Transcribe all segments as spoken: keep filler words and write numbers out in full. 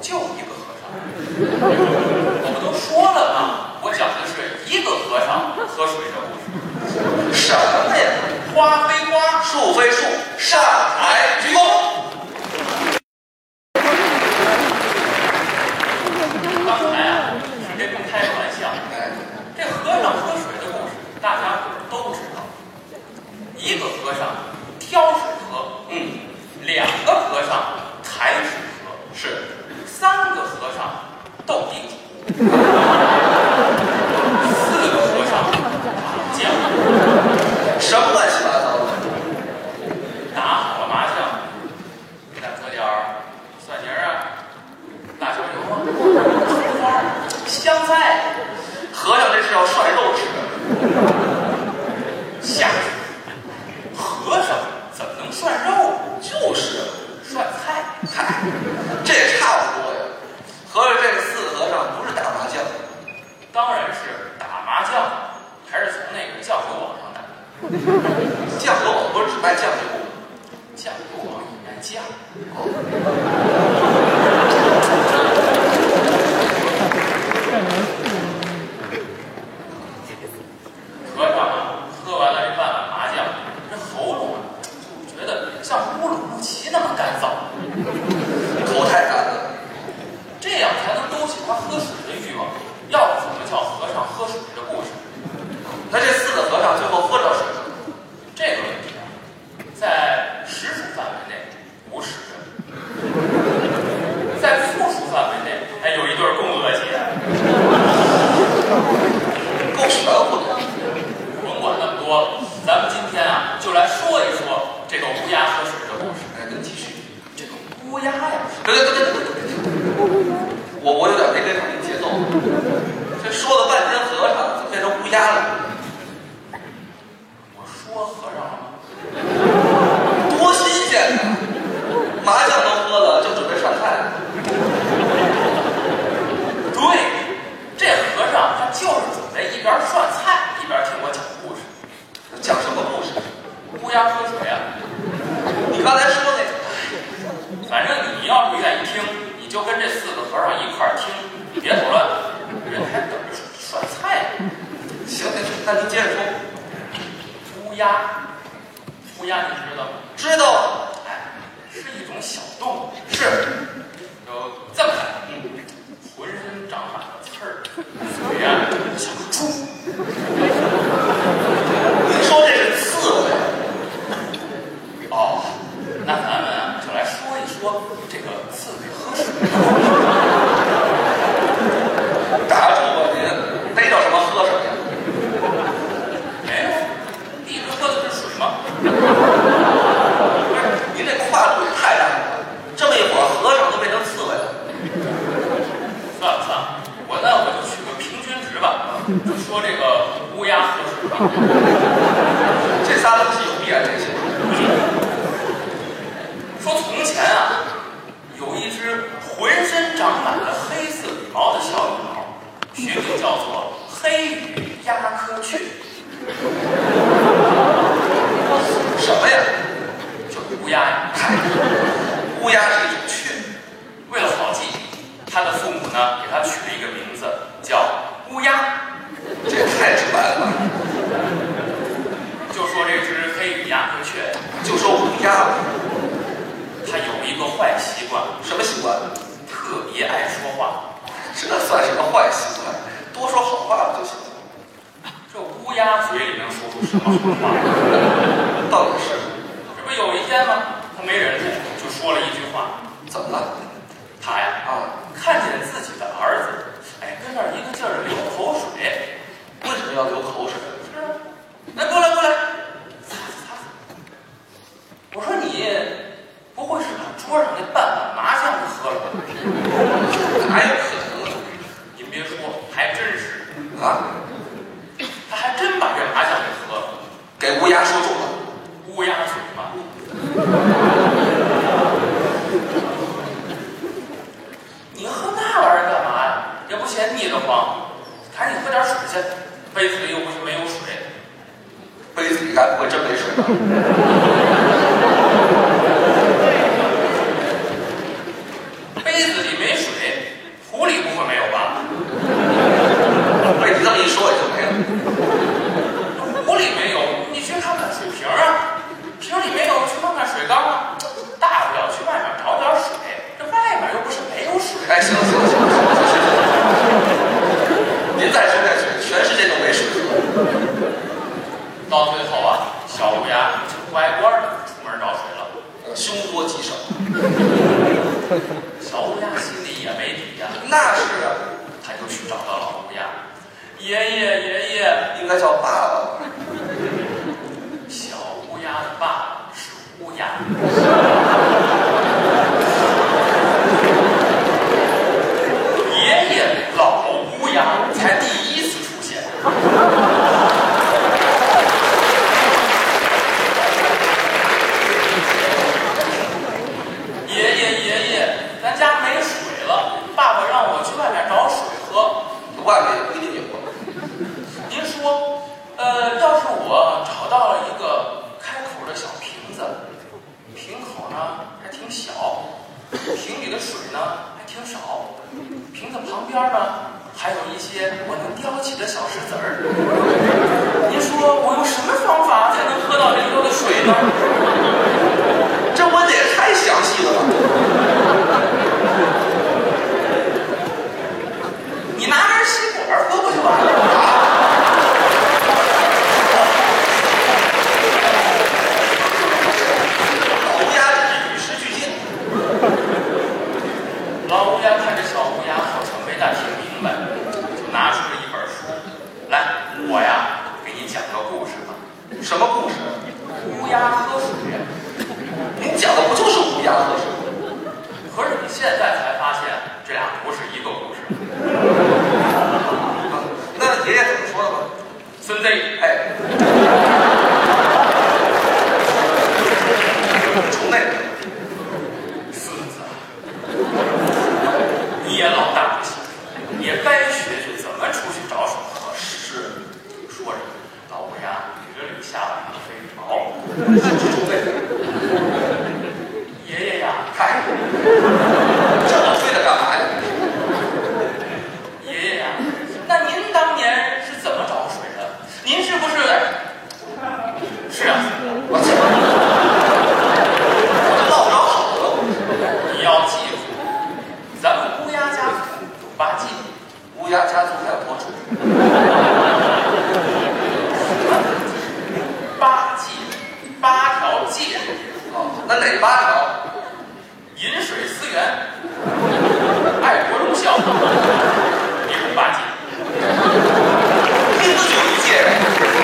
就一个和尚。我不都说了吗？我讲的是一个和尚喝水的故事。 什么呀？ 花非花， 树非树，上台鞠躬。 刚才啊，这不开个玩笑。这和尚喝水的故事，大家都知道。一个和尚挑水喝，嗯，两个和尚抬水喝，是三个和尚斗地主，四个和尚打将， 什么乱七八糟的？ 打好了麻将，再搁点儿蒜泥啊、辣椒油啊、葱花、香菜。 和尚这是要涮肉吃的。 瞎说，和尚怎么能涮肉？ 就是涮菜。 嗨，这也差不多呀。合着这四个和尚不是打麻将， 当然是打麻将，还是从那个酱油网上打。 酱油网不是只卖酱油吗？ 酱油网也卖酱。和尚啊，喝完了这半碗麻酱，这喉咙啊，就觉得像乌鲁木齐那么干燥， 口太干了。 这样才能勾起他喝水的欲望。要不怎么叫和尚喝水的故事？ 那这四个和尚最后喝着水了？ 这个问题啊，在实数范围内无实证，在复数范围内还有一对更恶心。 够玄乎的。 甭管那么多了，咱们今天啊，就来说一说这个乌鸦喝水的故事。 哎，您继续。 这个乌鸦呀， 对对对对对对，我我有点没跟上您节奏。这说了半天和尚，怎么变成乌鸦了？ 我说和尚了吗？ 多新鲜呐！麻将都喝了，就准备涮菜。 对，这和尚他就是准备一边涮菜一边听我讲故事。 讲什么故事？ 乌鸦喝水啊， 你刚才说那个， 反正你要是愿意听，你就跟这四个和尚一块儿听，别捣乱，人还等着涮菜呢。 行行行，那您接着说。 乌鸦，乌鸦你知道吗？ 知道， 哎，是一种小动物， 是有这么大，嗯，浑身长满了刺儿，嘴呀像个猪。 您说这是刺猬？ 哦，那咱们啊就来说一说这个刺猬喝水。 打住吧您，逮着什么喝什么呀？ 没有，一直喝的是水吗？ 不是，您这跨度也太大了，这么一会儿和尚都变成刺猬了。 算了算了，我呢我就取个平均值吧，就说这个乌鸦喝水吧。 这仨东西有必然联系吗？ 说从前啊，有一只浑身长满了黑色羽毛的小羽毛，学名叫做黑羽鸦科雀。 什么呀？ 就是乌鸦呀。 乌鸦是一种雀。 为了好记，他的父母呢给他取了一个名字叫乌鸦。 这也太直白了吧？ 就说这只黑羽鸦科雀， 就说乌鸦吧。 它有一个坏习惯， 什么习惯？ 特别爱说话。 这算什么坏习惯？多说好话不就行了？ 这乌鸦嘴里能说出什么好话？ 倒也是。 这不有一天吗？他没忍住，就说了一句话。 怎么了？ 他呀啊， 看见自己的儿子，哎，跟那儿一个劲儿的流口水。 为什么要流口水？ 是啊，来过来过来，擦擦擦。我说你不会是把桌上那半碗麻酱给喝了吧？ 哪有可能？ 您别说，还真是。 啊？ 他还真把这麻酱给喝了。 给乌鸦说中了。 乌鸦嘴嘛。你喝那玩意儿干嘛呀？也不嫌腻得慌，赶紧喝点水去。杯子里又不是没有水。 杯子里该不会真没水吧？ 杯子里没水， 哎，行了行了行了行了，行行行，您再说下去，全世界就没水喝。 到最后啊，小乌鸦就乖乖的出门找水了， 凶多吉少。 小乌鸦心里也没底呀、啊， 那是啊， 他就去找到老乌鸦，爷爷爷爷， 应该叫爸爸。 小乌鸦的爸爸是乌鸦。爷爷老乌鸦才第一次出现。爷爷爷爷，咱家没水了，爸爸让我去外面找水喝。 外面也不一定有啊。 您说，呃，要是我找到了一个开口的小瓶子，瓶口呢还挺小，瓶里的水呢还挺少，瓶子旁边呢还有一些我能叼起的小石子儿。您说我用什么方法才能喝到里头的水呢？ 这问的也太详细了吧！ 你拿根吸管喝不就完了吗？ 老乌鸦真是与时俱进。 老乌鸦看着小乌鸦好像没大听明白，就拿出了一本书，来，我呀给你讲个故事吧。 什么故事？ 乌鸦喝水。 您讲的不就是乌鸦喝水？ 可是你现在才发现，这俩不是一个故事。 那爷爷怎么说的吧？ 孙子， 哎，虫妹， 孙子，你也老大不小，也该学学怎么出去找水喝。 是， 说着，老乌鸦捋了捋下巴上的飞毛。 虫妹， 爷爷呀， 嗨，这么吹着干嘛呀？ 爷爷呀，那您当年是怎么找水的？您是不是？是啊， 我操！我这落不着口了。 你要记住，咱们乌鸦家族有八戒， 乌鸦家族还有多种？ 八戒，八条戒。 哦，那哪八条？ 饮水思源，爱国忠孝，一共八戒。 命不就一戒呀？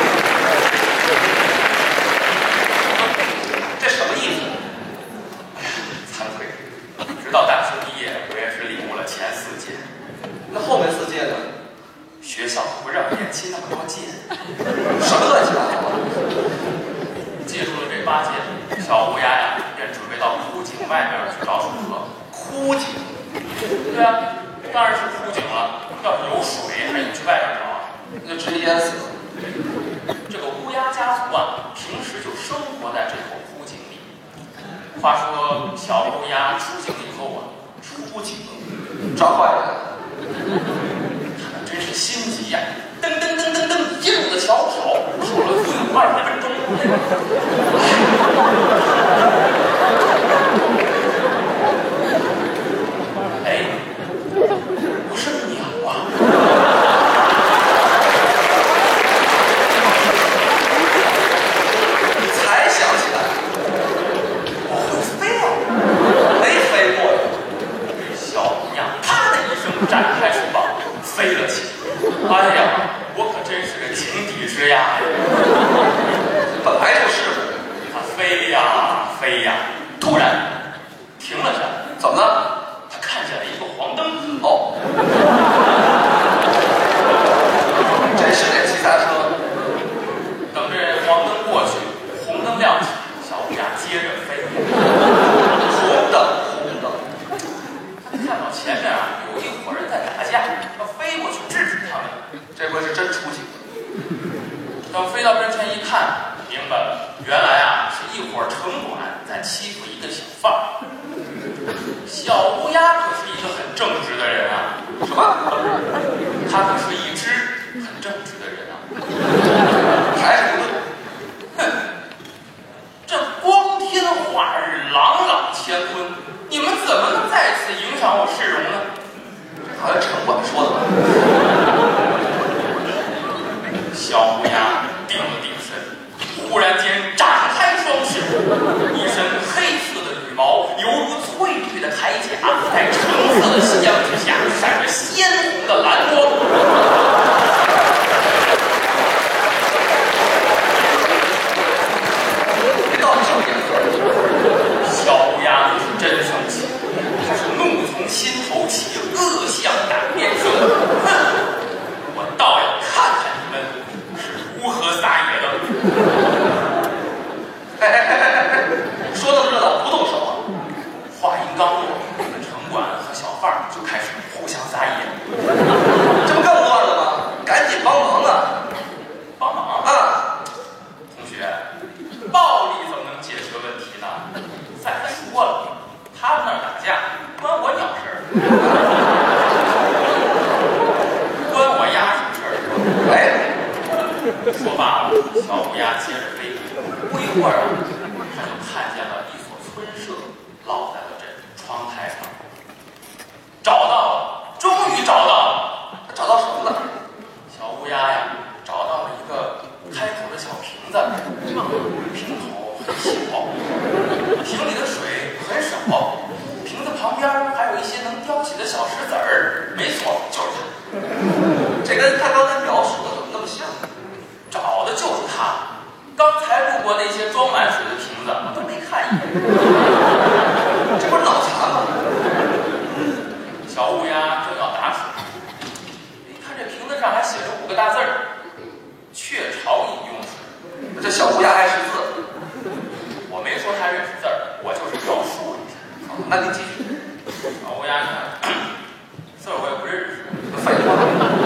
这什么意思？ 哎呀，惭愧，直到大学毕业，我也只领悟了前四戒。 那后面四戒呢？ 学校不让年轻那么多戒。 什么乱七八糟的？ 记住了这八戒，小乌鸦呀，便准备到枯井外面去找水喝。 枯井？ 对啊，当然是枯井了。要是有水，还用去外面找啊？ 那就直接淹死了。 这个乌鸦家族啊，平时就生活在这口枯井里。话说，小乌鸦出井以后啊， 出井抓坏人。 他们真是心急呀、啊！噔噔噔噔噔，一路的小跑，跑了足有二十分钟。哎，我是鸟啊！ 才想起来， 我会飞啊！ 没飞过呀。 小乌鸦啪的一声展开翅膀，飞了起来。哎呀，我可真是个井底之鸭呀！ 本来就是。 它飞呀飞呀，突然停了下来。 怎么了？ 它看见了一个黄灯。 哦，真是得骑赛车。 等这黄灯过去，红灯亮起，小乌鸦接着飞。 红灯，红灯。 看到前面啊有一伙人在打架，要飞过去制止他们。 这回是真出警。 等飞到跟前一看，明白了，原来啊是一伙城管在欺负一个小贩儿。小乌鸦可是一个很正直的人啊。 什么？ 他可是一只很正直的人啊。 还是不对。 哼，这光天化日，朗朗乾坤，你们怎么能再次影响我市容么了？ 好像城管说的吧。 小乌鸦定了定神，忽然间展开双翅，一身黑色的羽毛犹如翠绿的铠甲，在橙色的夕阳之下闪着鲜红的蓝光。 这到底什么颜色？ 小乌鸦是真生气，他是怒从心头起，恶向胆边生。哼！我倒要看看你们是如何撒野的。 哎哎哎哎哎！说的热闹不动手啊！ 话音刚落，城管和小贩儿就开始互相撒野。 这不更乱了吗？赶紧帮忙啊！ 帮忙啊！ 同学，暴力怎么能解决问题呢？再说了，他们那儿打架关我鸟事儿，关我丫什么事儿？ 哎， 说罢了，小乌鸦接着飞，不一会儿啊，他就看见了一所村舍落在了这窗台上。找到了，终于找到了。 找到什么了？ 小乌鸦呀，找到了一个开口的小瓶子，瓶口很小，瓶里的水很少，瓶子旁边还有一些能叼起的小石子儿。没错，就是它。 这跟他刚才描述的怎么那么像？ 找的就是它。刚才路过那些装满水的瓶子，我都没看一眼。 这不是脑残吗？ 小乌鸦正要打水，一看这瓶子上还写着五个大字儿：雀巢饮用水。 这小乌鸦爱识字， 我没说他认识字儿，我就是描述了一下。 那你继续。 小乌鸦看字儿我也不认识， 废话。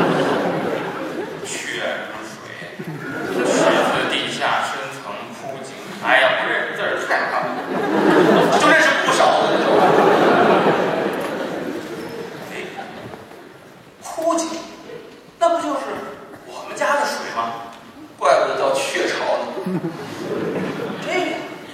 雀水，取自地下深层枯井。哎呀，不认识字儿太麻烦了， 就认识不少的。 哎，枯井，那不就是我们家的水吗？ 怪不得叫雀巢呢。 这个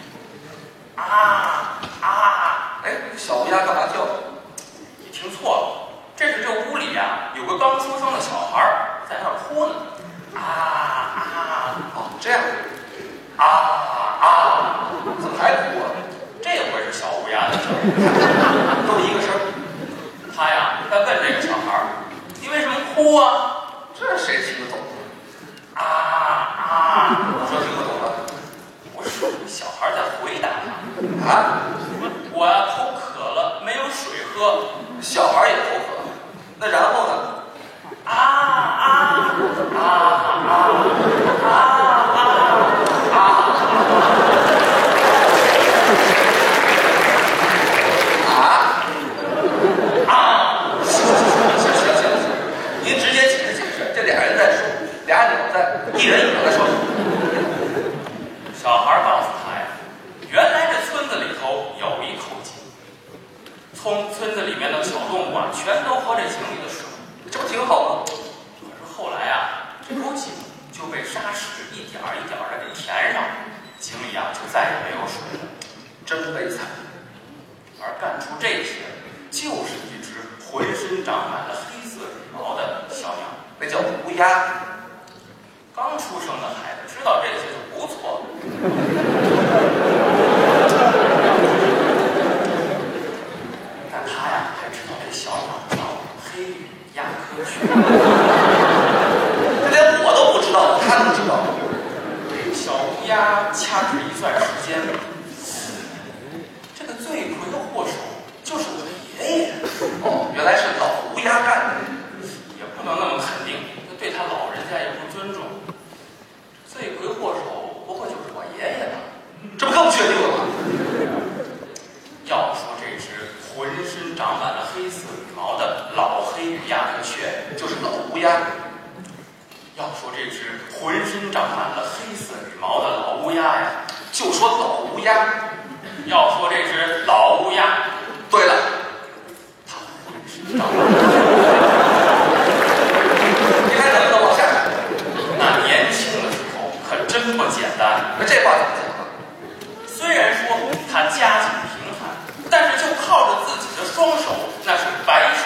啊啊！ 哎，小乌鸦干嘛叫？ 你听错了，这是这屋里呀、有个刚出生的小孩儿在那儿哭呢。啊啊！ 哦，这样。 啊啊！ 怎么还哭啊？ 这回是小乌鸦的事儿， 都一个声。 他呀在问这个小孩儿：“你为什么哭啊？” 这谁听得懂？ 啊啊！ 我说听不懂了。 不是，小孩在回答他：“ 啊？ 我呀口渴了，没有水喝。” 小孩也口渴，那然后呢？ 啊啊啊啊啊啊啊！ 啊？ 啊！ 行行行行行，您直接解释解释，这俩人在说，俩鸟在，一人一鸟在说什么？ 小孩告诉他呀，原来这村子里头有一口井，从村子里面的小动物啊，全都喝这井里的水。 这不挺好吗？ 可是后来啊，这口井就被沙石一点儿一点儿的给填上，井里啊就再也没有水了， 真悲惨。 而干出这些，就是一只浑身长满了黑色羽毛的小鸟。 那叫乌鸦。 刚出生的孩子知道这些就不错了。但他呀还知道这小鸟叫黑羽鸦科雀。 这连我都不知道，他能知道？ 小乌鸦掐指一算时间，这个罪魁祸首就是我的爷爷。 哦，原来是老乌鸦干的。 也不能那么肯定，他对他老人家也不尊重。罪魁祸首不过就是我爷爷吧？ 这不更确定了吗？ 要说这只浑身长满了黑色羽毛的老黑羽鸦科雀， 就是老乌鸦。 要说这只浑身长满了黑色羽毛的老乌鸦呀， 就说老乌鸦。 要说这只老乌鸦， 对了， 它浑身长满了。 你看能不能往下看？ 那年轻的时候可真不简单。 那这话怎么讲啊？ 虽然说他家境贫寒，但是就靠着自己的双手，那是白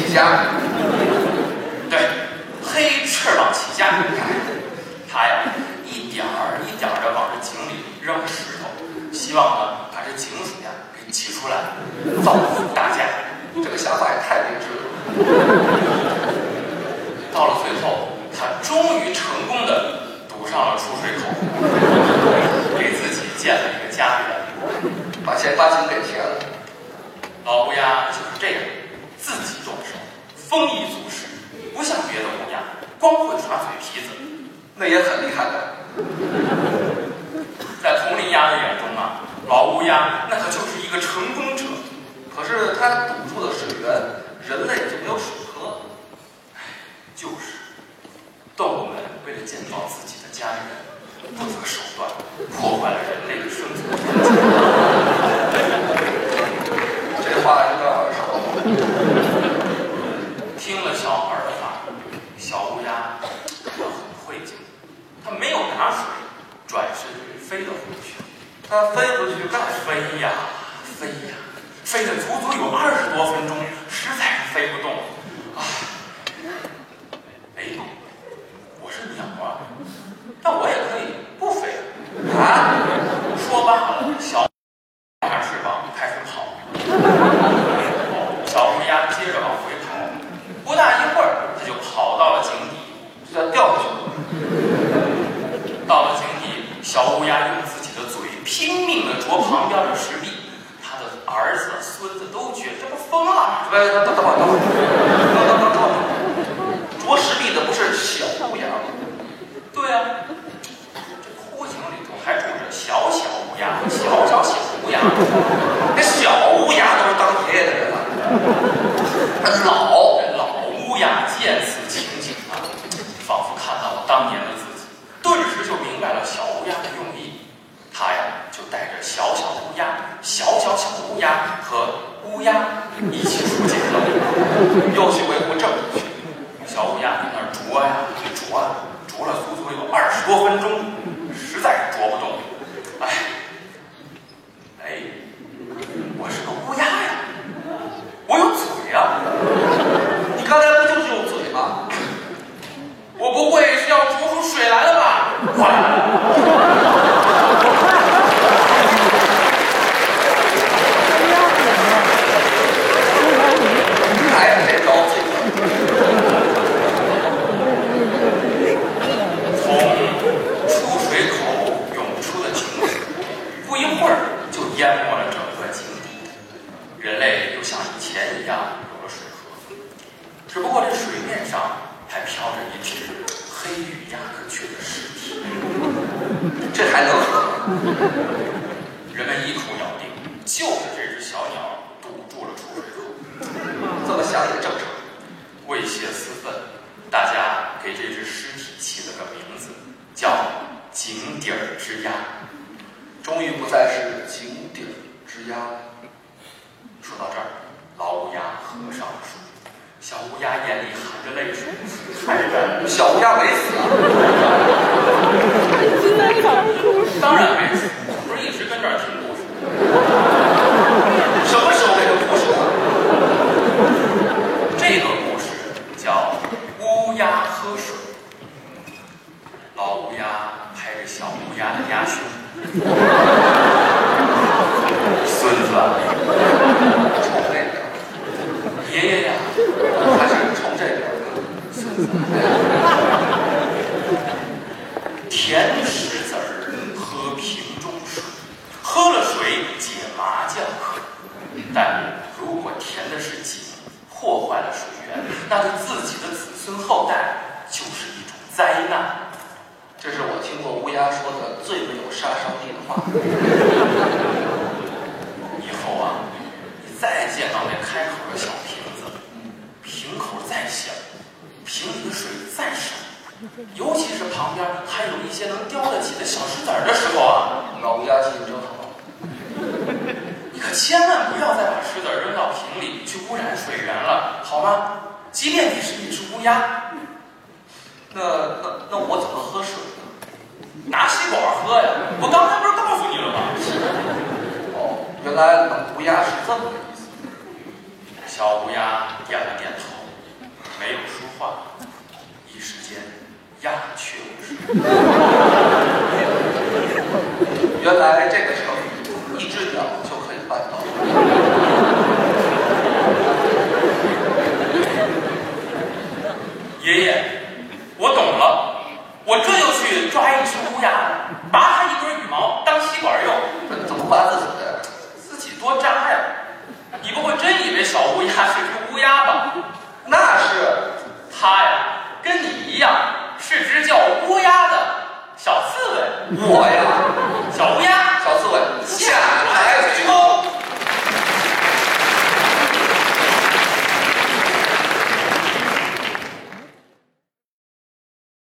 起家。 对，黑翅膀起家。他呀，一点儿一点儿的往这井里扔石头，希望呢把这井水呀给挤出来，造福大家。 这个想法也太励志了。 到了最后，他终于成功的堵上了出水口，给自己建了一个家园， 把钱把井给填了。 老乌鸦就是这样，自己动手，丰衣足食，不像别的乌鸦，光会耍嘴皮子， 那也很厉害的。 在同龄鸦的眼中啊，老乌鸦那可就是一个成功者。 可是他堵住了水源，人类就没有水喝。 唉，就是，动物们为了建造自己的家园，不择手段，破坏了人类的生存环境。 这话有点耳熟。 听了小孩的话，小乌鸦感到很愧疚，它没有拿水，转身飞了回去。 它飞回去干什么？ 飞呀飞呀，飞了足足有二十多分钟，实在是飞不动了。啊，哎，我是鸟啊，但我也可以不飞啊！说罢了，小打翅膀开始跑。小乌鸦接着往回跑，不大一会儿，它就跑到了井底， 就要掉下去了。 到了井底，小乌鸦用自己的嘴拼命地啄旁边的石壁，他的儿子、孙子都觉得这不疯了。 喂，等等等会儿，等会儿，等等等等，啄石壁的不是小乌鸦吗？ 对呀、啊，这枯井里头还住着小小乌鸦，小小小乌鸦。 那小乌鸦都是当爷爷的人了，那老老乌鸦见此情景啊，仿佛看到了当年的自己，顿时就明白了小乌鸦的用意。他呀，就带着小小乌鸦、小小小乌鸦和乌鸦一起出井了， 又去维护正义去。 小乌鸦在那儿啄呀啄啊，啄了足足有二十多分钟，实在是啄不动。哎，哎，我是个乌鸦呀，我有嘴呀。 你刚才不就是用嘴吗？ 我不会是要啄出水来了吧？快！ 还是这招最狠。 从出水口涌出的井水，不一会儿就淹没了整个井底。人类又像以前一样有了水喝，只不过这水面上还飘着一只黑羽鸦可雀的尸体。 这还能喝？ 人们一口咬定，就是这只小鸟堵住了出水口。 这么想也正常。 为泄私愤，大家给这只尸体起了个名字，叫井底儿之鸦。 终于不再是井底之鸦。 说到这儿，老乌鸦合上了水，小乌鸦眼里含着泪水，还是小乌鸦没死啊？ 当然没死，不是一直跟这儿听故事。 什么时候那个故事啊？ 这个故事叫乌鸦喝水。老乌鸦拍着小乌鸦的鸦胸，孙子， 冲那边。 爷爷呀， 还是冲这边的。 孙子，甜石子儿喝瓶中水，喝了水解麻将渴。但如果填的是井，破坏了水源，那对自己的子孙后代就是一种灾难。 这是我听过乌鸦说的最没有杀伤力的话。 以后啊，你再见到那开口的小瓶子，瓶口再小，瓶里的水再少，尤其是旁边还有一些能叼得起的小石子儿的时候啊， 老乌鸦记性真好。 你可千万不要再把石子儿扔到瓶里去污染水源了，好吗？即便你是一只乌鸦。 那那那我怎么喝水呢？ 拿吸管喝呀！我刚才不是告诉你了吗？ 哦，原来老乌鸦是这么个意思。 小乌鸦点了点头， 时间鸦雀无声。原来这个成语，一只鸟就可以办到。 爷爷，我懂了，我这就去抓一只乌鸦，把